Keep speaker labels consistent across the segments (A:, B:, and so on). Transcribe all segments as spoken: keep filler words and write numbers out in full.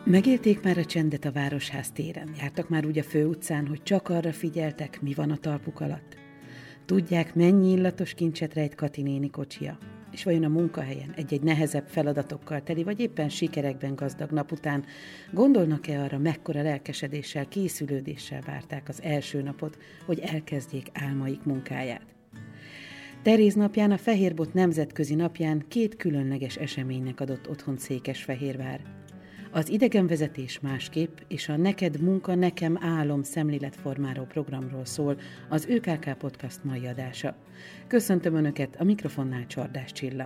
A: Megélték már a csendet a Városház téren? Jártak már úgy a főutcán, hogy csak arra figyeltek, mi van a talpuk alatt? Tudják, mennyi illatos kincset rejt Kati néni kocsia? És vajon a munkahelyen egy-egy nehezebb feladatokkal teli, vagy éppen sikerekben gazdag nap után gondolnak-e arra, mekkora lelkesedéssel, készülődéssel várták az első napot, hogy elkezdjék álmaik munkáját? Teréz napján, a Fehérbot nemzetközi napján két különleges eseménynek adott otthont Székesfehérvár. Az idegenvezetés másképp, és a Neked munka, nekem álom szemléletformáló programról szól az ÖKK Podcast mai adása. Köszöntöm Önöket, a mikrofonnál Csordás Csilla.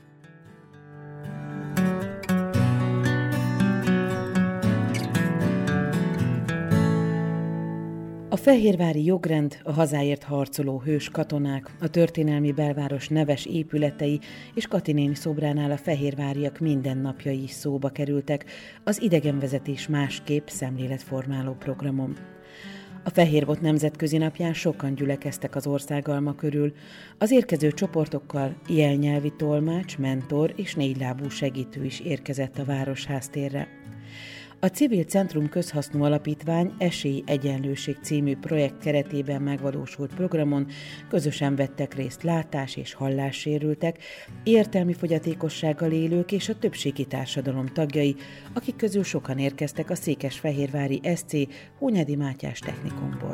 A: A fehérvári jogrend, a hazáért harcoló hős katonák, a történelmi belváros neves épületei és Kati néni szobránál a fehérváriak mindennapjai is szóba kerültek az idegenvezetés másképp szemléletformáló programon. A Fehérbot nemzetközi napján sokan gyülekeztek az országalma körül. Az érkező csoportokkal jelnyelvi tolmács, mentor és négylábú segítő is érkezett a Városház térre. A Civil Centrum Közhasznú Alapítvány Esélyegyenlőség című projekt keretében megvalósult programon közösen vettek részt látás- és hallássérültek, értelmi fogyatékossággal élők és a többségi társadalom tagjai, akik közül sokan érkeztek a székesfehérvári es cé Hunyadi Mátyás Technikumból.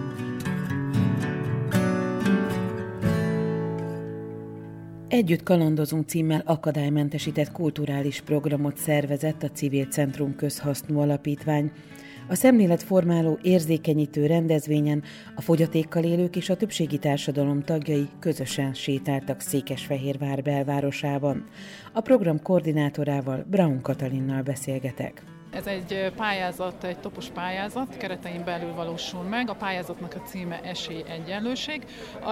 A: Együtt kalandozunk címmel akadálymentesített kulturális programot szervezett a Civil Centrum Közhasznú Alapítvány. A szemléletformáló, érzékenyítő rendezvényen a fogyatékkal élők és a többségi társadalom tagjai közösen sétáltak Székesfehérvár belvárosában. A program koordinátorával, Braun Katalinnal beszélgetek.
B: Ez egy pályázat, egy topos pályázat, keretein belül valósul meg. A pályázatnak a címe Esélyegyenlőség.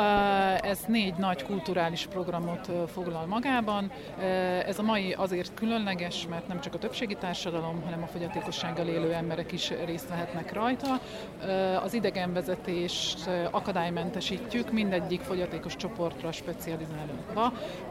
B: Ez négy nagy kulturális programot foglal magában. Ez a mai azért különleges, mert nem csak a többségi társadalom, hanem a fogyatékossággal élő emberek is részt vehetnek rajta. Az idegenvezetést akadálymentesítjük, mindegyik fogyatékos csoportra specializálva.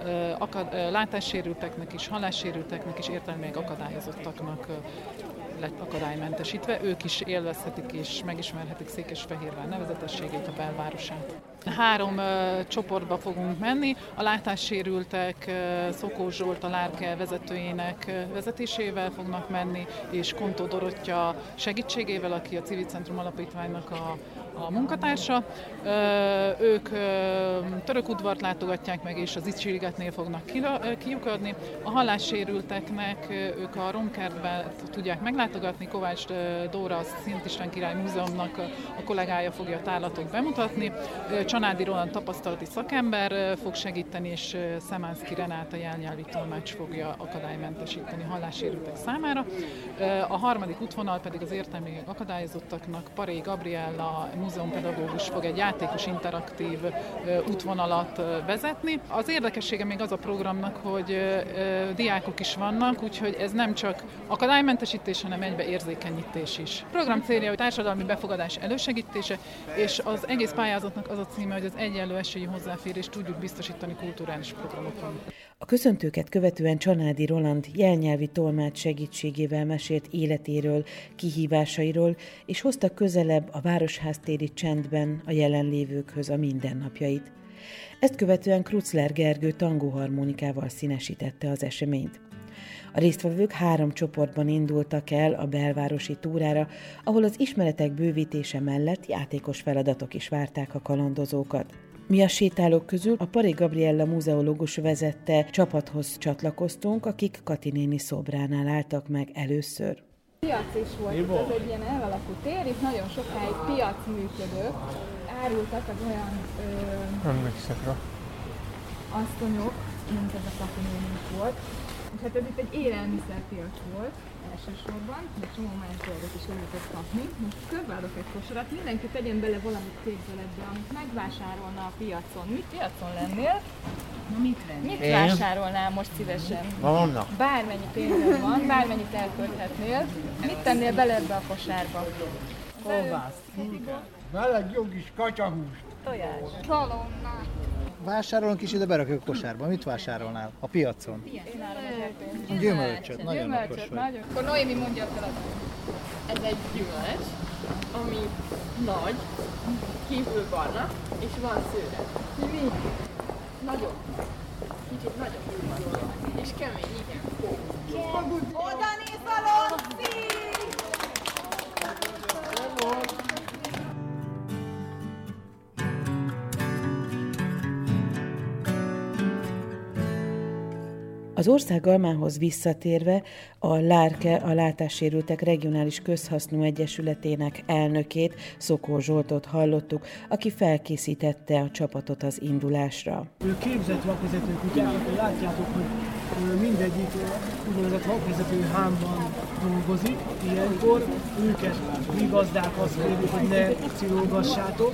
B: Látássérülteknek is, hallássérülteknek is, értelmileg akadályozottaknak lett akadálymentesítve, ők is élvezhetik és megismerhetik Székesfehérvár nevezetességét, a belvárosát. Három uh, csoportba fogunk menni, a látássérültek uh, Szokó Zsolt, a Lárke vezetőjének uh, vezetésével fognak menni, és Kontó Dorottya segítségével, aki a Civil Centrum Alapítványnak a, a munkatársa. Uh, ők uh, Törökudvart látogatják meg, és az Icsi-ligetnél fognak kiukadni. A hallássérülteknek uh, ők a Romkertben tudják meglátogatni, Kovács Dóra, a Szent István Király Múzeumnak a kollégája fogja a tárlatot bemutatni. Csanádi Roland tapasztalati szakember fog segíteni, és Szemánszky Renáta jelnyelvi tolmács fogja akadálymentesíteni hallássérültek számára. A harmadik útvonal pedig az értelmi akadályozottaknak Paré Gabriella múzeumpedagógus fog egy játékos, interaktív útvonalat vezetni. Az érdekessége még az a programnak, hogy diákok is vannak, úgyhogy ez nem csak akadálymentesítés, hanem egybe érzékenyítés is. A program célja, hogy társadalmi befogadás elősegítése, és az egész pályázatnak az a címe, hogy az egyenlő esélyű hozzáférést tudjuk biztosítani kulturális programokon.
A: A köszöntőket követően Csanádi Roland jelnyelvi tolmács segítségével mesélt életéről, kihívásairól, és hozta közelebb a Városház-téri csendben a jelenlévőkhöz a mindennapjait. Ezt követően Kruczler Gergő tangóharmonikával színesítette az eseményt. A résztvevők három csoportban indultak el a belvárosi túrára, ahol az ismeretek bővítése mellett játékos feladatok is várták a kalandozókat. Mi a sétálók közül a Paré Gabriella múzeológus vezette csapathoz csatlakoztunk, akik Kati néni szobránál álltak meg először.
C: Piac is volt, ez egy ilyen elvalakú tér, itt nagyon sokáig piac működött, árultak az olyan ö, asszonyok, mint ez a Kati néni volt. És hát ez itt egy élelmiszerpiac volt elsősorban, de csomó más dolgot is lehetett kapni. Most körbeadok egy kosarat, mindenki tegyen bele valamit képzeletbe, amit megvásárolna a piacon. Mit piacon lennél? Na mit vennél? Mit Én? vásárolnál most szívesen?
D: Vannak.
C: Bármennyi pénzed van, bármennyit elkölthetnél, mit tennél bele ebbe a kosárba?
D: Kolbász. Meleg jó kis kacsahúst.
C: Tojás. Szalonna.
D: vásárolunk és ide berakjuk a kosárba. Mit vásárolnál a piacon? Gyümölcsöt, nagyon okos vagy.
C: Nagyon. Akkor Noémi mondja a feladat.
E: Ez egy gyümölcs, ami nagy, kívül barna, és van szőre.
C: Mi?
E: Nagyon. Kicsit nagyon. És kemény, igen.
C: Oda nézalon, szív!
A: Az ország almához visszatérve a Lárke, a Látássérültek Regionális Közhasznú Egyesületének elnökét, Szokó Zsoltot hallottuk, aki felkészítette a csapatot az indulásra.
F: Ők képzett vakvezető kutyák, látjátok, hogy mindegyik úgynevezett vakvezető hámban dolgozik, ilyenkor őket mi gazdák azt kérjük, hogy ne cirolgassátok.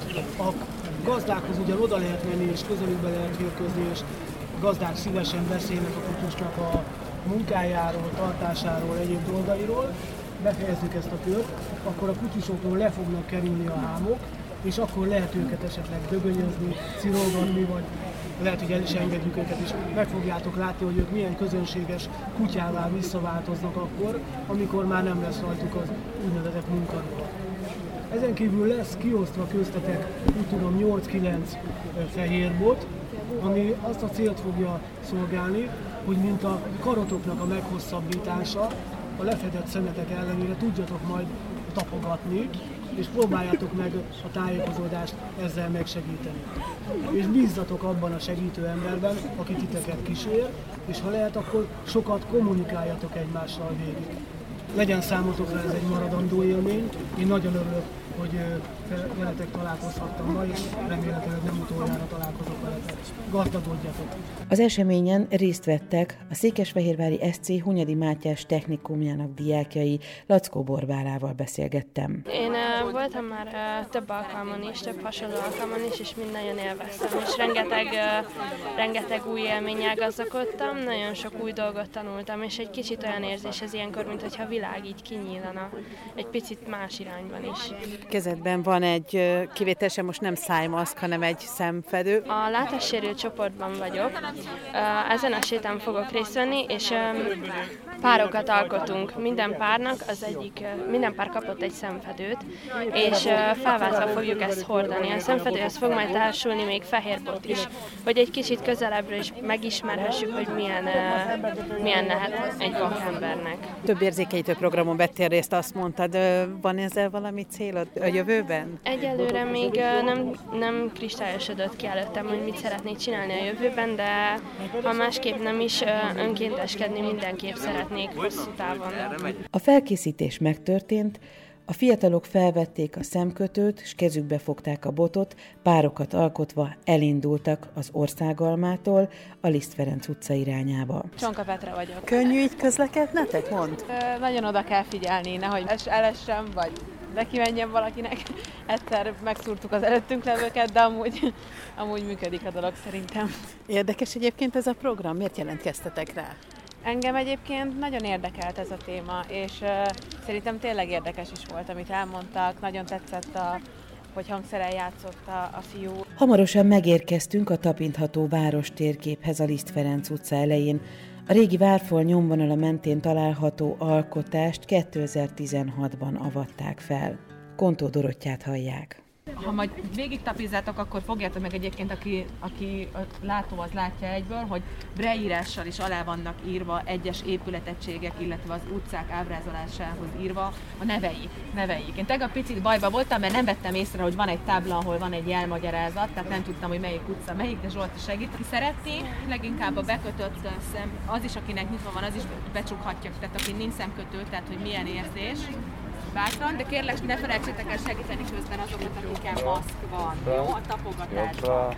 F: A gazdákhoz ugyan oda lehet menni és közelükbe lehet férkőzni, és a gazdák szívesen beszélnek a kutyusnak a munkájáról, tartásáról, egyéb dolgairól, befejezzük ezt a kört, akkor a kutyusokról le fognak kerülni a hámok, és akkor lehet őket esetleg dögönyözni, cirolgatni, vagy lehet, hogy el is engedjük őket, és meg fogjátok látni, hogy ők milyen közönséges kutyává visszaváltoznak akkor, amikor már nem lesz rajtuk az úgynevezett munkaruha. Ezen kívül lesz kiosztva köztetek, úgy tudom, nyolc-kilenc fehérbot, ami azt a célt fogja szolgálni, hogy mint a karotoknak a meghosszabbítása, a lefedett szemetek ellenére tudjatok majd tapogatni, és próbáljátok meg a tájékozódást ezzel megsegíteni. És bízzatok abban a segítő emberben, aki titeket kísér, és ha lehet, akkor sokat kommunikáljatok egymással végig. Legyen számotokra ez egy maradandó élmény, én nagyon örülök, hogy veletek találkozhattam ma, és remélhetőleg nem utoljára találkozok veletek. Gazdagodjatok!
A: Az eseményen részt vettek a Székesfehérvári es cé Hunyadi Mátyás technikumjának diákjai. Lackó Borbálával beszélgettem.
G: Én uh, voltam már uh, több alkalmon is, több hasonló alkalmon is, és mind nagyon élveztem, és rengeteg, uh, rengeteg új élménnyel gazdagodtam, nagyon sok új dolgot tanultam, és egy kicsit olyan érzés ez ilyenkor, mintha a világ így kinyílana, egy picit más irányban is.
H: Kezedben van egy, kivételesen most nem szájmaszk, hanem egy szemfedő.
G: A látássérült csoportban vagyok, ezen a sétán fogok részt venni, és párokat alkotunk. Minden párnak az egyik, minden pár kapott egy szemfedőt, és felváltva fogjuk ezt hordani. A szemfedőhöz fog majd társulni még fehérbot is, hogy egy kicsit közelebbről is megismerhessük, hogy milyen, milyen lehet egy vakembernek.
H: Több érzékenyítő programon vettél részt, azt mondtad, van ezzel valami célod a jövőben?
G: Egyelőre még nem, nem kristályosodott ki előttem, hogy mit szeretnék csinálni a jövőben, de ha másképp nem is, önkénteskedni mindenképp szeretnék hosszú távon.
A: A felkészítés megtörtént, a fiatalok felvették a szemkötőt, és kezükbe fogták a botot, párokat alkotva elindultak az Országalmától a Liszt Ferenc utca irányába.
I: Csonka Petra vagyok.
H: Könnyű így közlekednetek, mondd?
I: Ö, nagyon oda kell figyelni, nehogy elessem, vagy neki menjen valakinek. Egyszer megszúrtuk az előttünk levőket, de amúgy, amúgy működik a dolog szerintem.
H: Érdekes egyébként ez a program, miért jelentkeztetek rá?
I: Engem egyébként nagyon érdekelt ez a téma, és uh, szerintem tényleg érdekes is volt, amit elmondtak. Nagyon tetszett, a, hogy hangszerrel játszott a, a fiú.
A: Hamarosan megérkeztünk a tapintható város térképhez a Liszt Ferenc utca elején. A régi várfal nyomvonala mentén található alkotást kétezer-tizenhatban avatták fel. Kontó Dorottyát hallják.
J: Ha majd végig tapizzátok, akkor fogjátok meg egyébként, aki, aki a látó az látja egyből, hogy breírással is alá vannak írva egyes épületegységek, illetve az utcák ábrázolásához írva a nevei, neveik. Én tegnap picit bajba voltam, mert nem vettem észre, hogy van egy tábla, ahol van egy jelmagyarázat, tehát nem tudtam, hogy melyik utca melyik, de Zsolti segít. Ki szeretné, leginkább a bekötött szem, az is, akinek nyitva van, az is becsukhatja, tehát aki nincs szemkötő, tehát hogy milyen érzés. Bátran, de kérlek, ne felejtsétek el segíteni közben azokat, akiken maszk van, jó? A tapogatásban.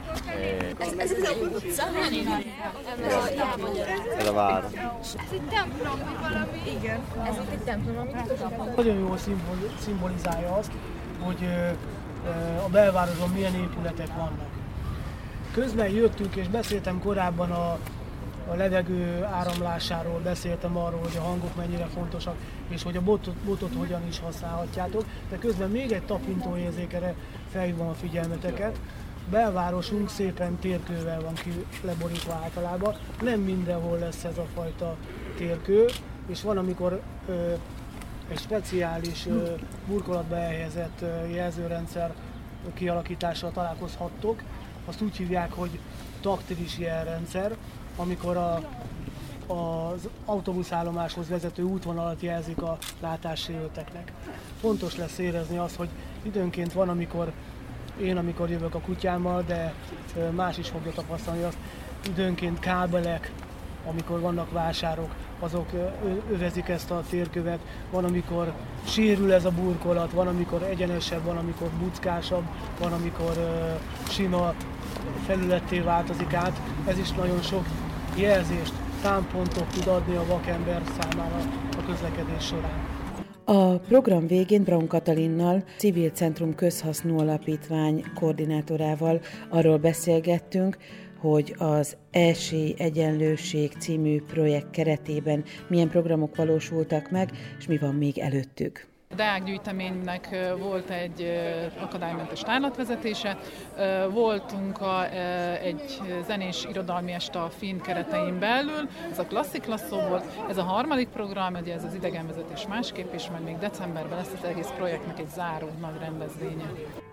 E: Ez, ez az utca?
D: Ez a vár.
C: Ez egy templom, vagy valami?
E: Igen. Ez itt egy templom, amit
F: Nagyon jól szimbolizálja azt, hogy a belvárosban milyen épületek vannak. Közben jöttünk és beszéltem korábban a a levegő áramlásáról, beszéltem arról, hogy a hangok mennyire fontosak, és hogy a botot, botot hogyan is használhatjátok, de közben még egy tapintóérzékre felhívom a figyelmeteket, belvárosunk szépen térkővel van ki leborítva általában. Nem mindenhol lesz ez a fajta térkő, és van, amikor ö, egy speciális ö, burkolatba elhelyezett ö, jelzőrendszer kialakítással találkozhattok. Azt úgy hívják, hogy taktilis jelrendszer, amikor a, az autóbuszállomáshoz vezető útvonalat jelzik a látássérülteknek. Fontos lesz érezni azt, hogy időnként van, amikor én, amikor jövök a kutyámmal, de más is fogja tapasztalni azt, időnként kábelek, amikor vannak vásárok, azok övezik ezt a térkövet, van, amikor sérül ez a burkolat, van, amikor egyenesebb, van, amikor buckásabb, van, amikor uh, sima felületté változik át. Ez is nagyon sok jelzést, támpontot tud adni a vakember számára a közlekedés során.
A: A program végén Braun Katalinnal, Civil Centrum Közhasznú Alapítvány koordinátorával arról beszélgettünk, hogy az Esélyegyenlőség című projekt keretében milyen programok valósultak meg, és mi van még előttük.
B: A Deák gyűjteménynek volt egy akadálymentes tárlatvezetése, voltunk a, egy zenés irodalmi este a Finn keretein belül, ez a klasszik lasszó volt, ez a harmadik program, ugye ez az idegenvezetés másképp, és majd még decemberben lesz az egész projektnek egy záró nagy rendezvénye.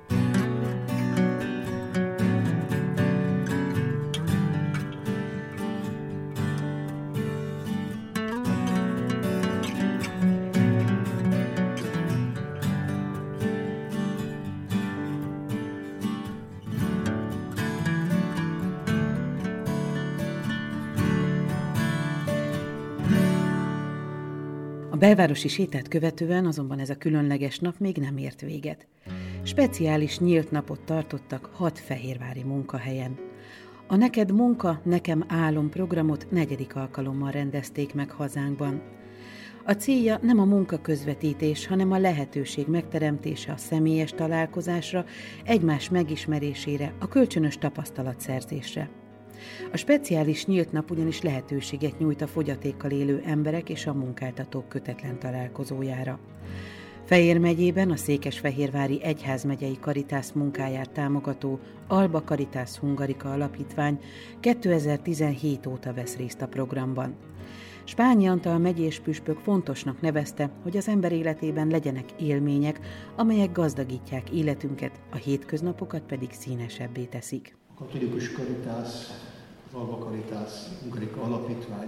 A: A belvárosi sétát követően azonban ez a különleges nap még nem ért véget. Speciális nyílt napot tartottak hat fehérvári munkahelyen. A Neked munka, nekem álom programot negyedik alkalommal rendezték meg hazánkban. A célja nem a munkaközvetítés, hanem a lehetőség megteremtése a személyes találkozásra, egymás megismerésére, a kölcsönös tapasztalatszerzésre. A speciális nyílt nap ugyanis lehetőséget nyújt a fogyatékkal élő emberek és a munkáltatók kötetlen találkozójára. Fejér megyében a Székesfehérvári Egyházmegyei Caritas munkáját támogató Alba Caritas Hungarica Alapítvány kétezer-tizenhét óta vesz részt a programban. Spányi Antal megyés püspök fontosnak nevezte, hogy az ember életében legyenek élmények, amelyek gazdagítják életünket, a hétköznapokat pedig színesebbé teszik.
K: A Katolikus Caritas, az Alba Caritas Hungarica Alapítvány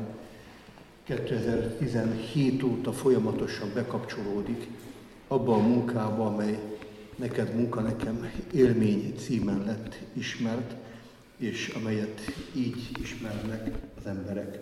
K: kétezer-tizenhét óta folyamatosan bekapcsolódik abba a munkába, amely Neked munka, nekem élmény címen lett ismert, és amelyet így ismernek az emberek.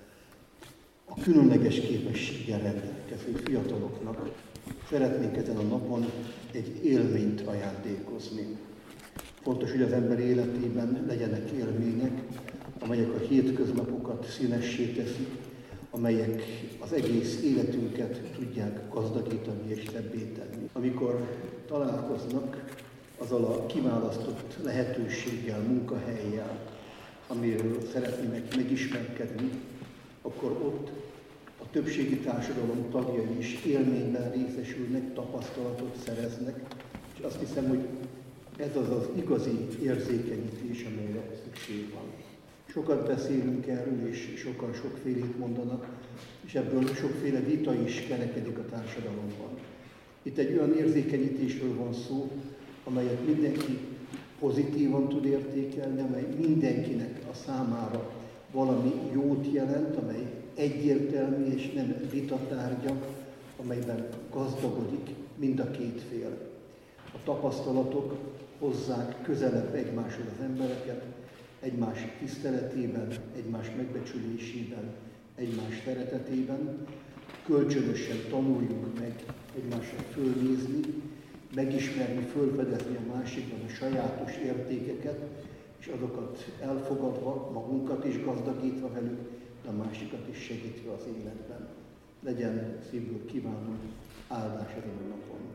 K: A különleges képességgel rendelkező fiataloknak szeretnénk ezen a napon egy élményt ajándékozni. Fontos, hogy az ember életében legyenek élmények, amelyek a hétköznapokat színessé teszik, amelyek az egész életünket tudják gazdagítani és szebbé tenni. Amikor találkoznak azzal a kiválasztott lehetőséggel, munkahellyel, amiről szeretnének megismerkedni, akkor ott a többségi társadalom tagjai is élményben részesülnek, tapasztalatot szereznek, és azt hiszem, hogy ez az az igazi érzékenyítés, amelyre szükség van. Sokat beszélünk erről, és sokan sokfélét mondanak, és ebből sokféle vita is kerekedik a társadalomban. Itt egy olyan érzékenyítésről van szó, amelyet mindenki pozitívan tud értékelni, amely mindenkinek a számára valami jót jelent, amely egyértelmű és nem vitatárgya, amelyben gazdagodik mind a két fél. A tapasztalatok hozzák közelebb egymáshoz az embereket, egymás tiszteletében, egymás megbecsülésében, egymás szeretetében. Kölcsönösen tanuljuk meg egymásra fölnézni, megismerni, fölfedezni a másikban a sajátos értékeket, és azokat elfogadva, magunkat is gazdagítva velük, de a másikat is segítve az életben. Legyen szívből kívánom áldás ezen a napon.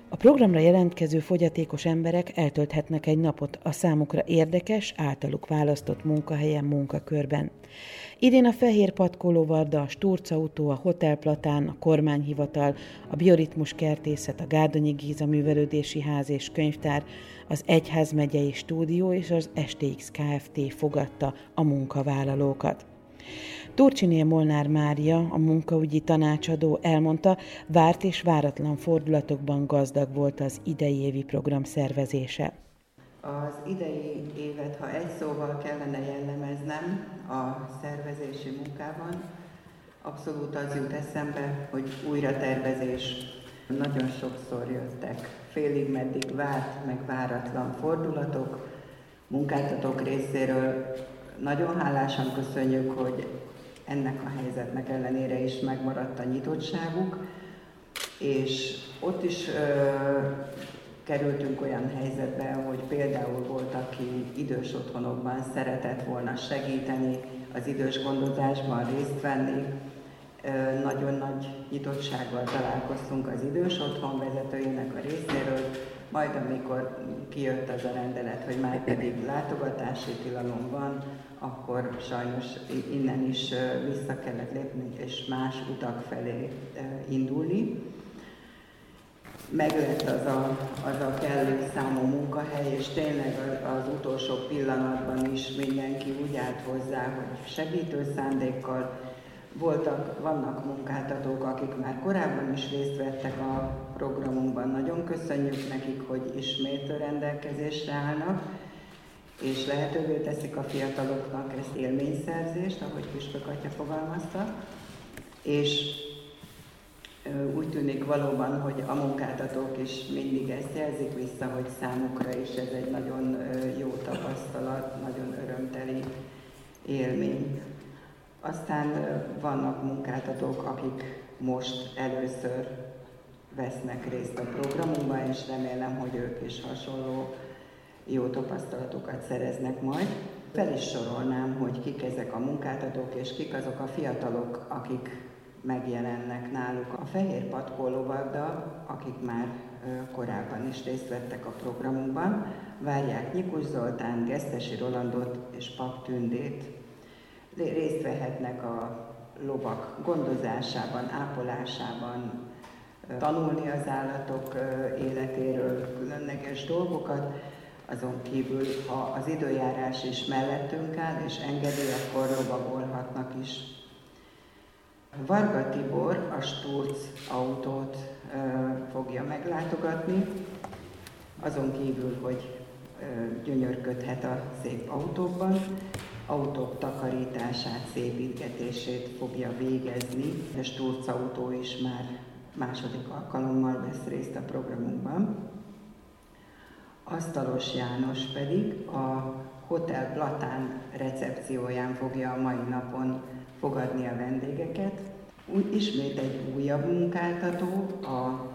A: A programra jelentkező fogyatékos emberek eltölthetnek egy napot a számukra érdekes, általuk választott munkahelyen, munkakörben. Idén a Fehér Patkolóvarda, a Sturcautó, a Hotelplatán, a Kormányhivatal, a Bioritmus Kertészet, a Gárdonyi Géza Művelődési Ház és Könyvtár, az Egyházmegyei Stúdió és az es té iksz Kft. Fogadta a munkavállalókat. Turcsiné Molnár Mária, a munkaügyi tanácsadó elmondta, várt és váratlan fordulatokban gazdag volt az idei évi program szervezése.
L: Az idei évet, ha egy szóval kellene jellemeznem a szervezési munkában, abszolút az jut eszembe, hogy újra tervezés. Nagyon sokszor jöttek félig meddig várt, meg váratlan fordulatok munkáltatók részéről. Nagyon hálásan köszönjük, hogy ennek a helyzetnek ellenére is megmaradt a nyitottságuk, és ott is ö, kerültünk olyan helyzetbe, hogy például volt, aki idős otthonokban szeretett volna segíteni, az idős gondozásban részt venni. Ö, nagyon nagy nyitottsággal találkoztunk az idős otthon vezetőjének a részéről, majd amikor kijött az a rendelet, hogy már pedig látogatási tilalom van, akkor sajnos innen is vissza kellett lépni, és más utak felé indulni. Meglett az a, az a kellő számú munkahely, és tényleg az utolsó pillanatban is mindenki úgy állt hozzá, hogy segítő szándékkal. Voltak, vannak munkáltatók, akik már korábban is részt vettek a programunkban. Nagyon köszönjük nekik, hogy ismét rendelkezésre állnak, és lehetővé teszik a fiataloknak ezt élményszerzést, ahogy Püspök atya fogalmazta. És úgy tűnik valóban, hogy a munkáltatók is mindig ezt jelzik vissza, hogy számukra is ez egy nagyon jó tapasztalat, nagyon örömteli élmény. Aztán vannak munkáltatók, akik most először vesznek részt a programunkban, és remélem, hogy ők is hasonló jó tapasztalatokat szereznek majd. Fel is sorolnám, hogy kik ezek a munkáltatók, és kik azok a fiatalok, akik megjelennek náluk. A Fehér Patkolóvarda, akik már korábban is részt vettek a programunkban, várják Nyikus Zoltán, Gesztesi Rolandot és Pap Tündét. Részt vehetnek a lovak gondozásában, ápolásában, tanulni az állatok életéről különleges dolgokat. Azon kívül, ha az időjárás is mellettünk áll és engedi, akkor lovagolhatnak is. Varga Tibor a Sturc autót ö, fogja meglátogatni, azon kívül, hogy ö, gyönyörködhet a szép autókban, autók takarítását, szépítgetését fogja végezni. A Sturc autó is már második alkalommal vesz részt a programunkban. Asztalos János pedig a Hotel Platán recepcióján fogja a mai napon fogadni a vendégeket. Úgy ismét egy újabb munkáltató, a,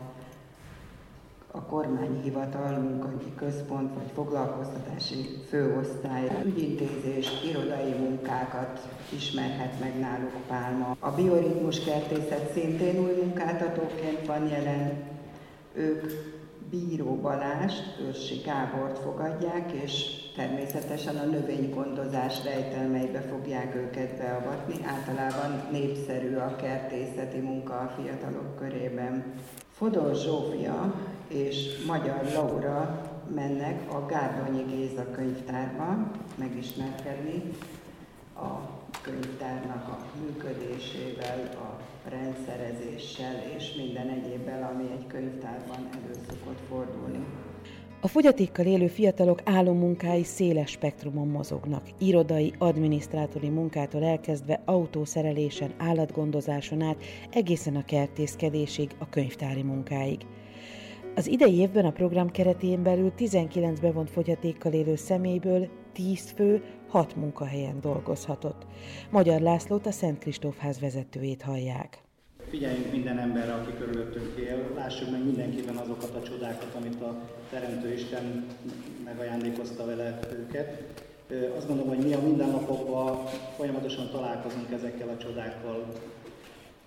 L: a Kormányhivatal Munkahogyi Központ vagy Foglalkoztatási Főosztály ügyintézés, irodai munkákat ismerhet meg náluk Pálma. A Bioritmus Kertészet szintén új munkáltatóként van jelen. Ők Bíró Balást, Őrsi Gábort fogadják, és természetesen a növénygondozás rejtelmeibe fogják őket beavatni. Általában népszerű a kertészeti munka a fiatalok körében. Fodor Zsófia és Magyar Laura mennek a Gárdonyi Géza könyvtárba megismerkedni a könyvtárnak a működésével, a rendszerezéssel és minden egyébbel, ami egy könyvtárban elő szokott fordulni.
A: A fogyatékkal élő fiatalok álommunkái széles spektrumon mozognak, irodai, adminisztrátori munkától elkezdve autószerelésen, állatgondozáson át, egészen a kertészkedésig, a könyvtári munkáig. Az idei évben a program keretén belül tizenkilenc bevont fogyatékkal élő személyből tíz fő hat munkahelyen dolgozhatott. Magyar Lászlót, a Szent Kristófház vezetőjét hallják.
D: Figyeljünk minden emberre, aki körülöttünk él, lássuk meg mindenkiben azokat a csodákat, amit a Teremtő Isten megajándékozta vele őket. Azt gondolom, hogy mi a mindennapokban folyamatosan találkozunk ezekkel a csodákkal.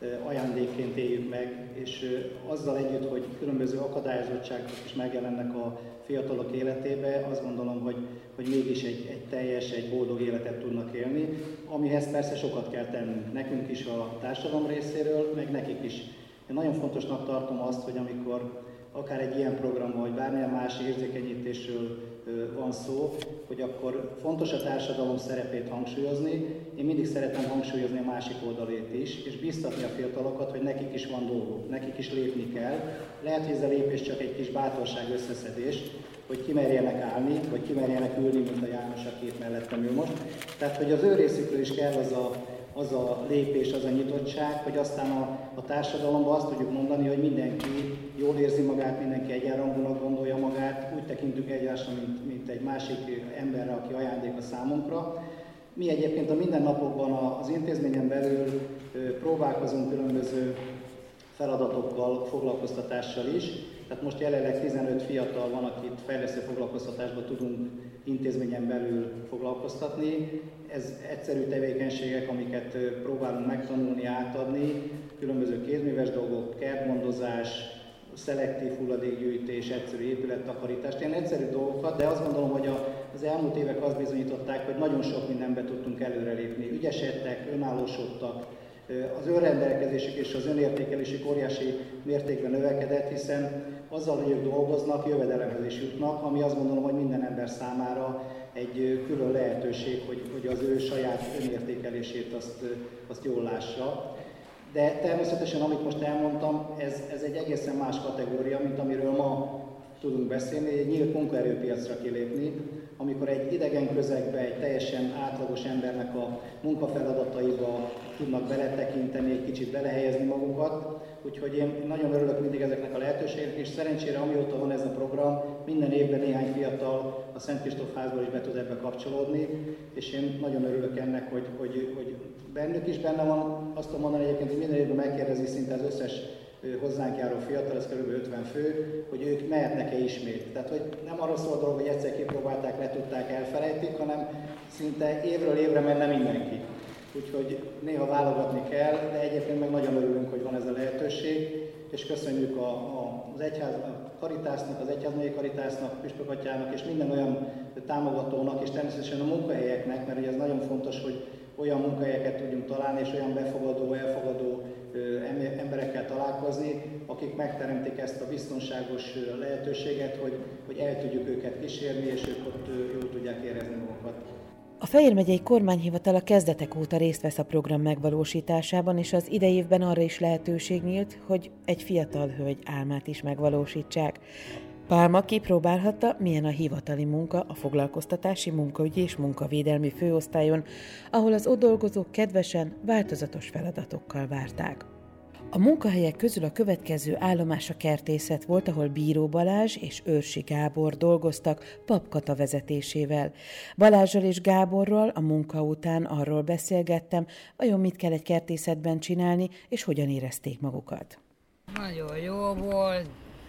D: ajándékként éljük meg, és azzal együtt, hogy különböző akadályozottságok is megjelennek a fiatalok életébe, azt gondolom, hogy, hogy mégis egy, egy teljes, egy boldog életet tudnak élni, amihez persze sokat kell tennünk, nekünk is a társadalom részéről, meg nekik is. Én nagyon fontosnak tartom azt, hogy amikor akár egy ilyen program, vagy bármilyen más érzékenyítésről van szó, hogy akkor fontos a társadalom szerepét hangsúlyozni. Én mindig szeretem hangsúlyozni a másik oldalét is, és biztatni a fiatalokat, hogy nekik is van dolguk, nekik is lépni kell. Lehet, hogy ez a lépés csak egy kis bátorság összeszedés, hogy kimerjenek állni, vagy kimerjenek ülni, mint a János, aki itt mellettem ül most. Tehát, hogy az ő részükről is kell az a az a lépés, az a nyitottság, hogy aztán a, a társadalomban azt tudjuk mondani, hogy mindenki jól érzi magát, mindenki egyenrangúnak gondolja magát, úgy tekintünk egymásra, mint, mint egy másik emberre, aki ajándék a számunkra. Mi egyébként a mindennapokban az intézményen belül próbálkozunk különböző feladatokkal, foglalkoztatással is. Tehát most jelenleg tizenöt fiatal van, akit fejlesztő foglalkoztatásban tudunk intézményen belül foglalkoztatni. Ez egyszerű tevékenységek, amiket próbálunk megtanulni, átadni, különböző kézműves dolgok, kertgondozás, szelektív hulladékgyűjtés, egyszerű épülettakarítás, ilyen egyszerű dolgokat, de azt gondolom, hogy az elmúlt évek azt bizonyították, hogy nagyon sok mindenben tudtunk előrelépni. Ügyesedtek, önállósodtak, az önrendelkezésük és az önértékelésük óriási mértékben növekedett, hiszen azzal, hogy ők dolgoznak, jövedelemhez is jutnak, ami azt gondolom, hogy minden ember számára egy külön lehetőség, hogy, hogy az ő saját önértékelését azt, azt jól lássa. De természetesen, amit most elmondtam, ez, ez egy egészen más kategória, mint amiről ma tudunk beszélni, egy nyílt munkaerőpiacra kilépni, amikor egy idegen közegbe, egy teljesen átlagos embernek a munkafeladataiba tudnak beletekinteni, egy kicsit belehelyezni magukat. Úgyhogy én nagyon örülök mindig ezeknek a lehetőségeknek, és szerencsére amióta van ez a program, minden évben néhány fiatal a Szent Kristóf házból is be tud ebbe kapcsolódni, és én nagyon örülök ennek, hogy, hogy, hogy bennük is benne van. Azt tudom mondani egyébként, hogy minden évben megkérdezi szinte az összes hozzánk járó fiatal, ez kb. ötven fő, hogy ők mehetnek-e ismét. Tehát, hogy nem arról szól a dolog, hogy egyszer kipróbálták, letudták, elfelejtik, hanem szinte évről évre menne mindenki. Úgyhogy néha válogatni kell, de egyébként meg nagyon örülünk, hogy van ez a lehetőség, és köszönjük a, a, az egyház, a Karitásznak, az Egyházmegyei Karitásznak, Püspökatyának és minden olyan támogatónak, és természetesen a munkahelyeknek, mert ugye ez nagyon fontos, hogy olyan munkahelyeket tudjunk találni, és olyan befogadó, elfogadó emberekkel találkozni, akik megteremtik ezt a biztonságos lehetőséget, hogy, hogy el tudjuk őket kísérni, és ők ott jól tudják érezni magukat.
A: A Fejér megyei kormányhivatal a kezdetek óta részt vesz a program megvalósításában, és az idei évben arra is lehetőség nyílt, hogy egy fiatal hölgy álmát is megvalósítsák. Pálma kipróbálhatta, milyen a hivatali munka a foglalkoztatási, munkaügyi és munkavédelmi főosztályon, ahol az ott dolgozók kedvesen, változatos feladatokkal várták. A munkahelyek közül a következő állomás a kertészet volt, ahol Bíró Balázs és Őrsi Gábor dolgoztak Pap Kata vezetésével. Balázsral és Gáborral a munka után arról beszélgettem, vajon mit kell egy kertészetben csinálni, és hogyan érezték magukat.
M: Nagyon jó volt,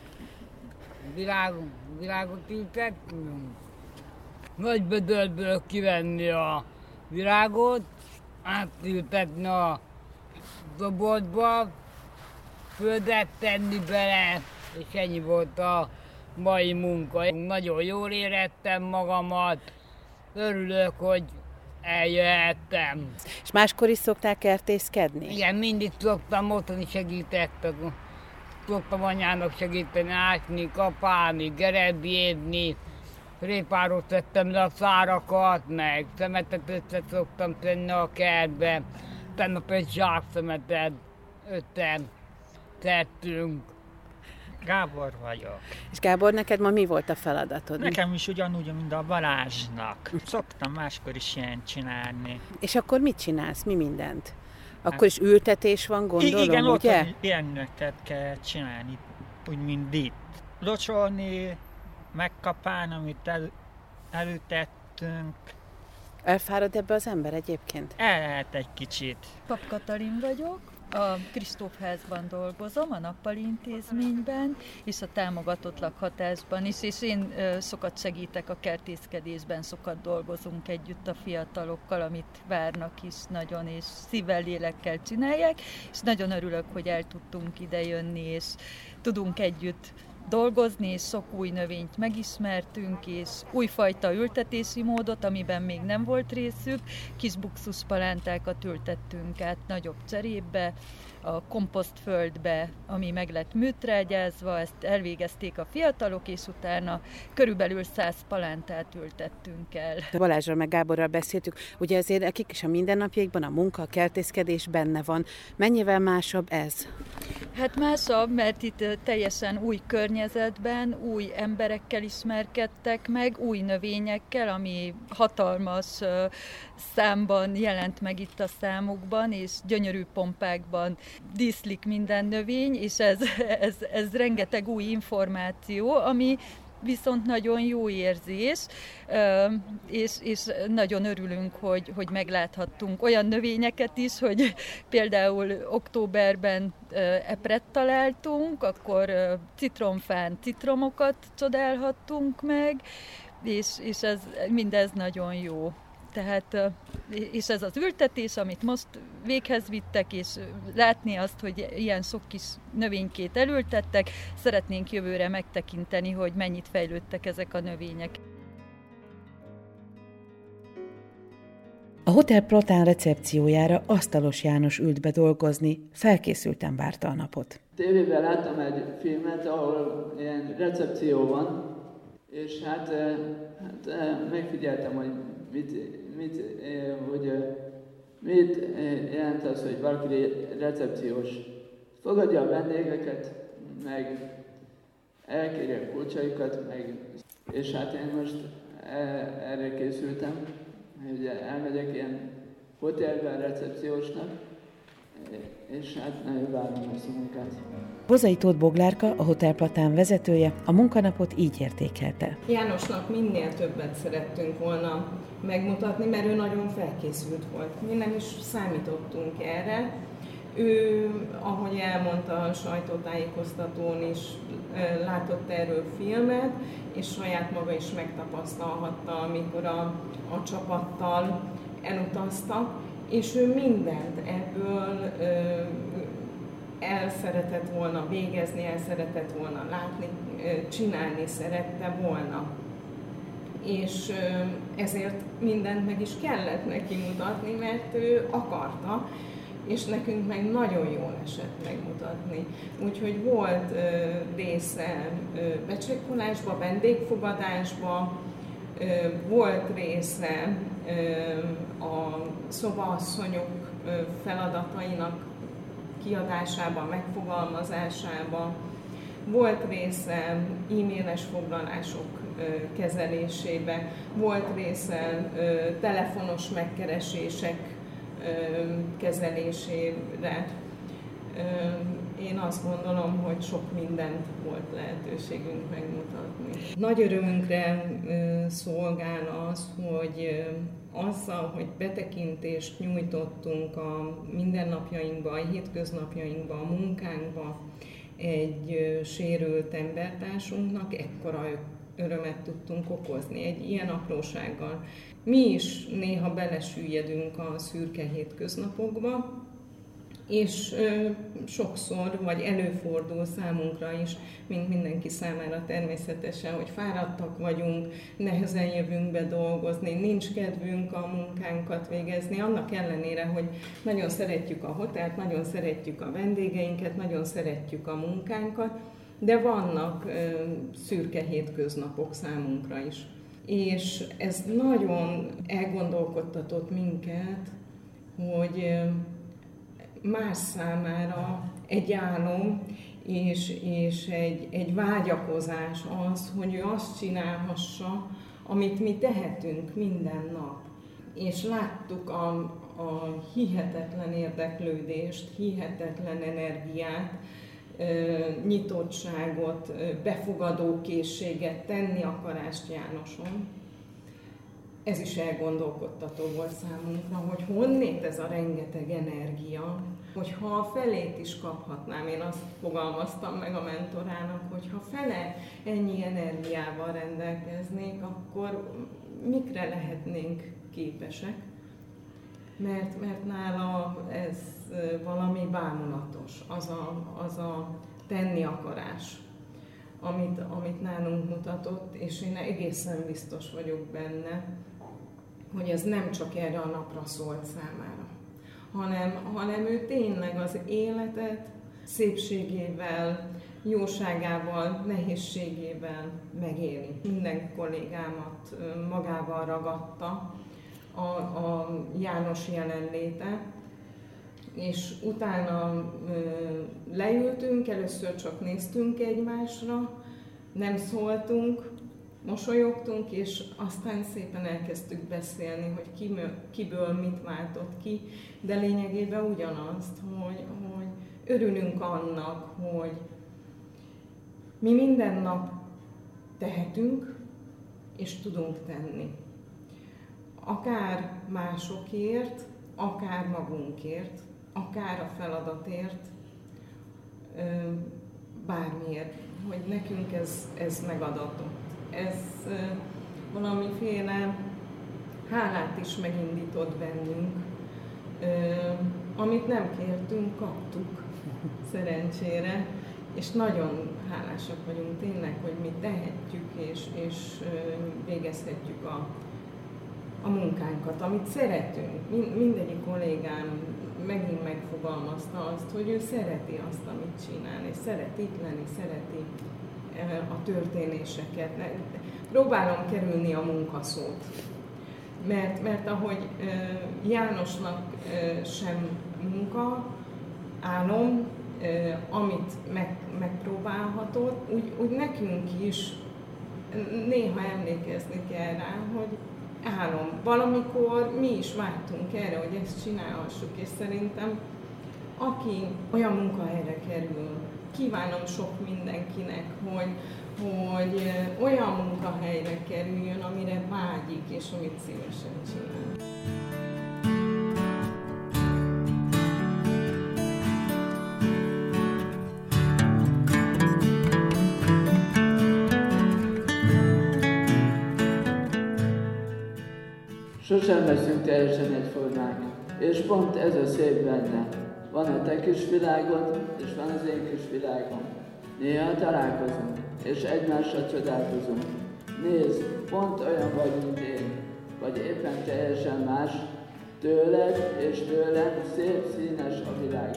M: Virág, virágot ültettünk. Nagy bödölből kivenni a virágot, átültetni a doboltba, földet tenni bele, és ennyi volt a mai munka. Nagyon jól éreztem magamat, örülök, hogy eljöhettem.
H: És máskor is szoktál kertészkedni?
M: Igen, mindig szoktam, otthon segítettek. Szoktam anyának segíteni, ásni, kapálni, gerebjédni, répáról szedtem le a szárakat, meg szemetet össze szoktam tenni a kertbe. Tegnap egy zsákszemetet ötten tettünk.
N: Gábor vagyok.
H: És Gábor, neked ma mi volt a feladatod?
N: Nekem is ugyanúgy, mint a Balázsnak. Szoktam máskor is ilyen csinálni.
H: És akkor mit csinálsz? Mi mindent? Akkor is ültetés van, gondolom,
N: I- igen,
H: ugye?
N: Igen, ilyeneket kell csinálni, úgy, mint itt. Locsolni, megkapálni, amit el, elütettünk.
H: Elfárad ebbe az ember egyébként?
N: El lehet egy kicsit.
O: Pap Katalin vagyok. A Kristófházban dolgozom, a Nappali Intézményben, és a támogatott lakhatásban is, és én sokat segítek a kertészkedésben, sokat dolgozunk együtt a fiatalokkal, amit várnak is nagyon, és szívvel, lélekkel csinálják, és nagyon örülök, hogy el tudtunk ide jönni, és tudunk együtt dolgozni, és sok új növényt megismertünk, és újfajta ültetési módot, amiben még nem volt részük. Kis buxuspalántákat ültettünk át nagyobb cserépbe, a komposztföldbe, ami meg lett műtrágyázva, ezt elvégezték a fiatalok, és utána körülbelül száz palántát ültettünk el.
H: Balázsral meg Gáborral beszéltük, ugye azért akik is a mindennapjaikban a munka, a kertészkedés benne van. Mennyivel másabb ez?
O: Hát másabb, mert itt teljesen új környezetben, új emberekkel ismerkedtek meg, új növényekkel, ami hatalmas számban jelent meg itt a számokban, és gyönyörű pompákban díszlik minden növény, és ez, ez, ez rengeteg új információ, ami viszont nagyon jó érzés, és, és nagyon örülünk, hogy, hogy megláthattunk olyan növényeket is, hogy például októberben epret találtunk, akkor citromfán citromokat csodálhattunk meg, és, és ez, mindez nagyon jó. Tehát, és ez az ültetés, amit most véghez vittek, és látni azt, hogy ilyen sok kis növénykét elültettek, szeretnénk jövőre megtekinteni, hogy mennyit fejlődtek ezek a növények.
A: A Hotel Platán recepciójára Asztalos János ült be dolgozni, felkészülten várta a napot.
P: Tévében láttam egy filmet, ahol ilyen recepció van, és hát, hát megfigyeltem, hogy mit, mit, hogy mit jelent az, hogy valaki recepciós. Fogadja a vendégeket, meg elkéri a kulcsaikat, meg, és hát én most erre készültem, hogy elmegyek ilyen hotelben recepciósnak, és hát nagyon várom ezt a munkát.
A: Bozai Tóth Boglárka, a Hotel Platán vezetője, a munkanapot így értékelte.
Q: Jánosnak minél többet szerettünk volna megmutatni, mert ő nagyon felkészült volt. Mi nem is számítottunk erre. Ő, ahogy elmondta a sajtótájékoztatón is, látott erről filmet, és saját maga is megtapasztalhatta, amikor a, a csapattal elutaztak, és ő mindent ebből ö, el szeretett volna végezni, el szeretett volna látni, ö, csinálni szerette volna. És ö, ezért mindent meg is kellett neki mutatni, mert ő akarta, és nekünk meg nagyon jól esett megmutatni. Úgyhogy volt ö, része ö, becsekkolásba, vendégfogadásba, ö, volt része ö, a szobaasszonyok ö, feladatainak kiadásába, megfogalmazásába, volt része e-mailes foglalások ö, kezelésébe, volt része ö, telefonos megkeresések kezelésére. Én azt gondolom, hogy sok mindent volt lehetőségünk megmutatni. Nagy örömünkre szolgál az, hogy azzal, hogy betekintést nyújtottunk a mindennapjainkba, a hétköznapjainkba, a munkánkba egy sérült embertársunknak ekkora örömet tudtunk okozni egy ilyen aprósággal. Mi is néha belesüllyedünk a szürke hétköznapokba, és ö, sokszor, vagy előfordul számunkra is, mint mindenki számára természetesen, hogy fáradtak vagyunk, nehezen jövünk be dolgozni, nincs kedvünk a munkánkat végezni, annak ellenére, hogy nagyon szeretjük a hotelt, nagyon szeretjük a vendégeinket, nagyon szeretjük a munkánkat, de vannak ö, szürke hétköznapok számunkra is. És ez nagyon elgondolkodtatott minket, hogy más számára egy álom és, és egy, egy vágyakozás az, hogy ő azt csinálhassa, amit mi tehetünk minden nap. És láttuk a, a hihetetlen érdeklődést, hihetetlen energiát, nyitottságot, befogadókészséget, tenni akarást Jánoson. Ez is elgondolkodtató volt számunkra, hogy honnét ez a rengeteg energia, Hogyha a felét is kaphatnám, én azt fogalmaztam meg a mentorának, hogy ha fele ennyi energiával rendelkeznék, akkor mikre lehetnénk képesek? Mert, mert nála ez valami bámulatos, az a, az a tenni akarás, amit, amit nálunk mutatott, és én egészen biztos vagyok benne, hogy ez nem csak erre a napra szólt számára, hanem, hanem ő tényleg az életet szépségével, jóságával, nehézségével megéli. Minden kollégámat magával ragadta a, a János jelenléte, és utána ö, leültünk, először csak néztünk egymásra, nem szóltunk, mosolyogtunk, és aztán szépen elkezdtük beszélni, hogy ki, kiből mit váltott ki, de lényegében ugyanazt, hogy, hogy örülünk annak, hogy mi minden nap tehetünk, és tudunk tenni. Akár másokért, akár magunkért, akár a feladatért, bármiért, hogy nekünk ez, ez megadatott. Ez valamiféle hálát is megindított bennünk, amit nem kértünk, kaptuk szerencsére, és nagyon hálásak vagyunk tényleg, hogy mi tehetjük és, és végezhetjük a, a munkánkat, amit szeretünk. Mindegyik kollégám megint megfogalmazta azt, hogy ő szereti azt, amit csinál, és szeret itt lenni, szereti a történéseket. Próbálom kerülni a munkaszót, mert, mert ahogy Jánosnak sem munka, álom, amit meg, megpróbálhatott, úgy, úgy nekünk is néha emlékezni kell rá, hogy álom. Valamikor mi is vágytunk erre, hogy ezt csinálhassuk, és szerintem aki olyan munkahelyre kerül, kívánom sok mindenkinek, hogy, hogy olyan munkahelyre kerüljön, amire vágyik, és amit szívesen csinál.
P: Sosem leszünk teljesen egyformák, és pont ez a szép benne. Van a te kis világod, és van az én kis világom. Néha találkozunk, és egymásra csodálkozunk. Nézd, pont olyan vagy, mint én, vagy éppen teljesen más. Tőled és tőlem szép színes a világ.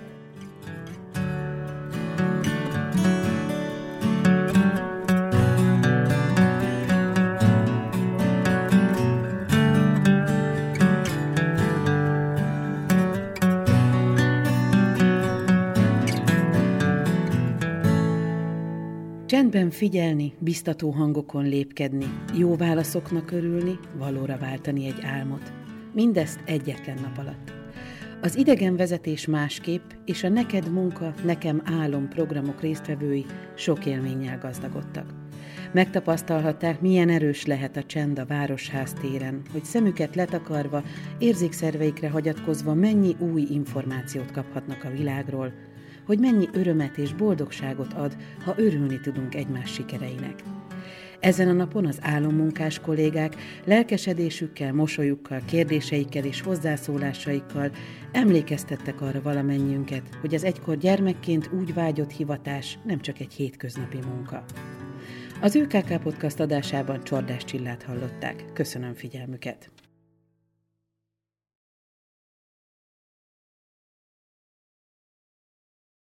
A: Csendben figyelni, biztató hangokon lépkedni, jó válaszoknak örülni, valóra váltani egy álmot. Mindezt egyetlen nap alatt. Az idegenvezetés másképp, és a Neked munka, nekem álom programok résztvevői sok élménnyel gazdagodtak. Megtapasztalhatták, milyen erős lehet a csend a Városház téren, hogy szemüket letakarva, érzékszerveikre hagyatkozva mennyi új információt kaphatnak a világról, hogy mennyi örömet és boldogságot ad, ha örülni tudunk egymás sikereinek. Ezen a napon az álommunkás kollégák lelkesedésükkel, mosolyukkal, kérdéseikkel és hozzászólásaikkal emlékeztettek arra valamennyiünket, hogy az egykor gyermekként úgy vágyott hivatás nem csak egy hétköznapi munka. Az ÜKK Podcast adásában Csordás Csillát hallották. Köszönöm figyelmüket!